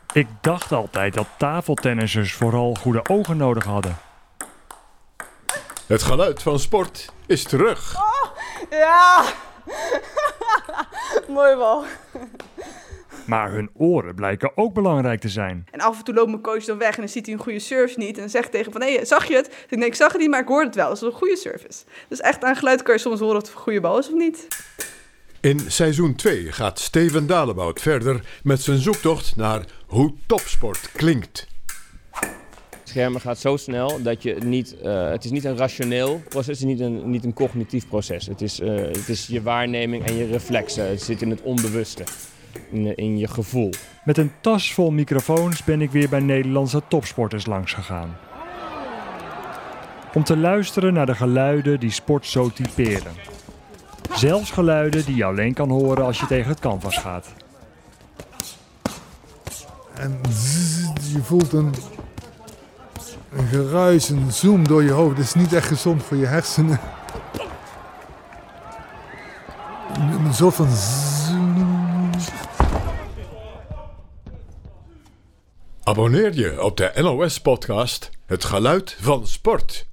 Ik dacht altijd dat tafeltennissers vooral goede ogen nodig hadden. Het geluid van sport is terug. Oh, ja! Mooi wel. Maar hun oren blijken ook belangrijk te zijn. En af en toe loopt mijn coach dan weg en dan ziet hij een goede service niet. En dan zegt hij tegen van, hé, zag je het? Ik denk, nee, ik zag het niet, maar ik hoorde het wel. Dat is een goede service. Dus echt aan geluid kan je soms horen of het een goede bal is of niet. In seizoen 2 gaat Steven Dalebout verder met zijn zoektocht naar hoe topsport klinkt. Schermen gaat zo snel dat je niet, het is niet een rationeel proces, het is niet een cognitief proces. Het is je waarneming en je reflexen. Het zit in het onbewuste, in je gevoel. Met een tas vol microfoons ben ik weer bij Nederlandse topsporters langs gegaan. Om te luisteren naar de geluiden die sport zo typeren. Zelfs geluiden die je alleen kan horen als je tegen het canvas gaat. En je voelt een geruis, een zoom door je hoofd. Dat is niet echt gezond voor je hersenen. Een soort van zoom. Abonneer je op de NOS-podcast Het Geluid van Sport.